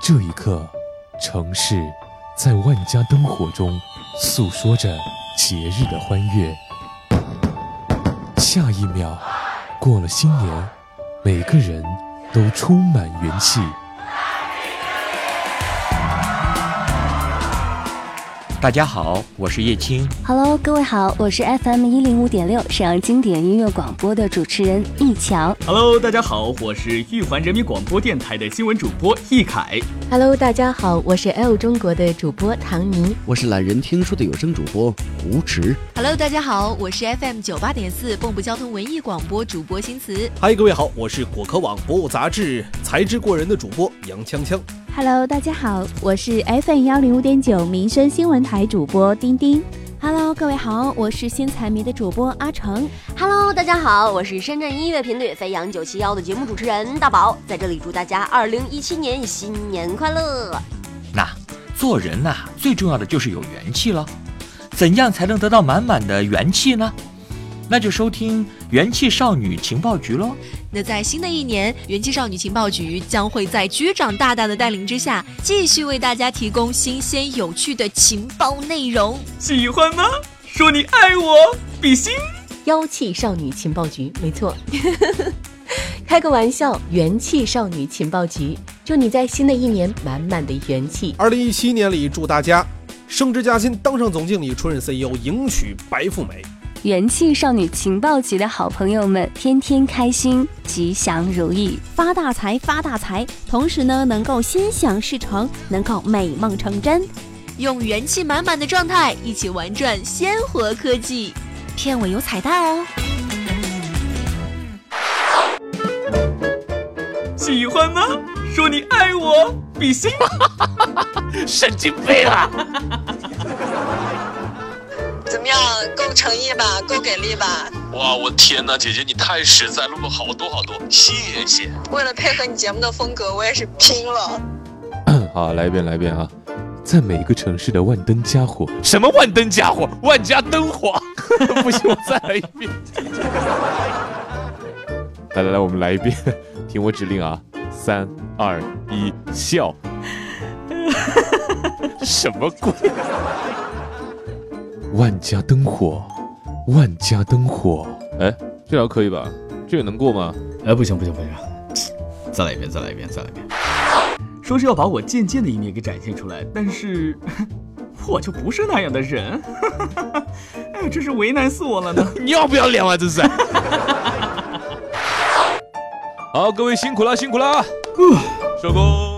这一刻，城市在万家灯火中诉说着节日的欢悦。下一秒，过了新年，每个人都充满元气。 大家好，我是叶青。 Hello， 各位好，我是 FM105.6沈阳经典音乐广播的主持人易强。 Hello， 大家好，我是玉环人民广播电台的新闻主播易凯。 Hello， 大家好，我是 L 中国的主播唐妮。 我是懒人听书的有声主播吴驰。 Hello， 大家好，我是 FM98.4 蚌埠交通文艺广播主播新慈。 嗨，各位好，我是果壳网博物杂志才智过人的主播杨锵锵。 Hello， 大家好，我是 FM105.9 民生新闻台主播丁丁。 Hello， 各位好，我是新财迷的主播阿成。 Hello， 大家好，我是深圳音乐频率飞扬971的节目主持人大宝，在这里祝大家2017年新年快乐。 那做人呐，最重要的就是有元气了。怎样才能得到满满的元气呢？那就收听元气少女情报局咯。 那在新的一年，元气少女情报局将会在局长大大的带领之下，继续为大家提供新鲜有趣的情报内容。 喜欢吗？说你爱我，比心。 妖气少女情报局，没错。开个玩笑，元气少女情报局，祝你在新的一年满满的元气。 2017年里，祝大家升职加薪，当上总经理，出任 CEO， 迎娶白富美。 元气少女情报局的好朋友们，天天开心，吉祥如意， 发大财发大财，同时呢能够心想事成，能够美梦成真， 用元气满满的状态一起玩转鲜活科技。片尾有彩蛋哦。 喜欢吗？说你爱我，比心。 神经病啊！ 怎么样，够诚意吧，够给力吧？ 哇，我天哪，姐姐你太实在，录了好多，谢谢。 为了配合你节目的风格，我也是拼了。 好，来一遍啊！在每一个城市的万灯家火，什么万灯家火？万家灯火！不行，我再来一遍。来，我们来一遍，听我指令啊！3、2、1，笑！什么鬼？万家灯火，万家灯火。哎，这条可以吧？这个能过吗？ 哎，不行，再来一遍。说是要把我渐渐的一面给展现出来，但是我就不是那样的人。哎，真是为难死我了呢。 你要不要脸啊？这是。好，各位辛苦了，收工。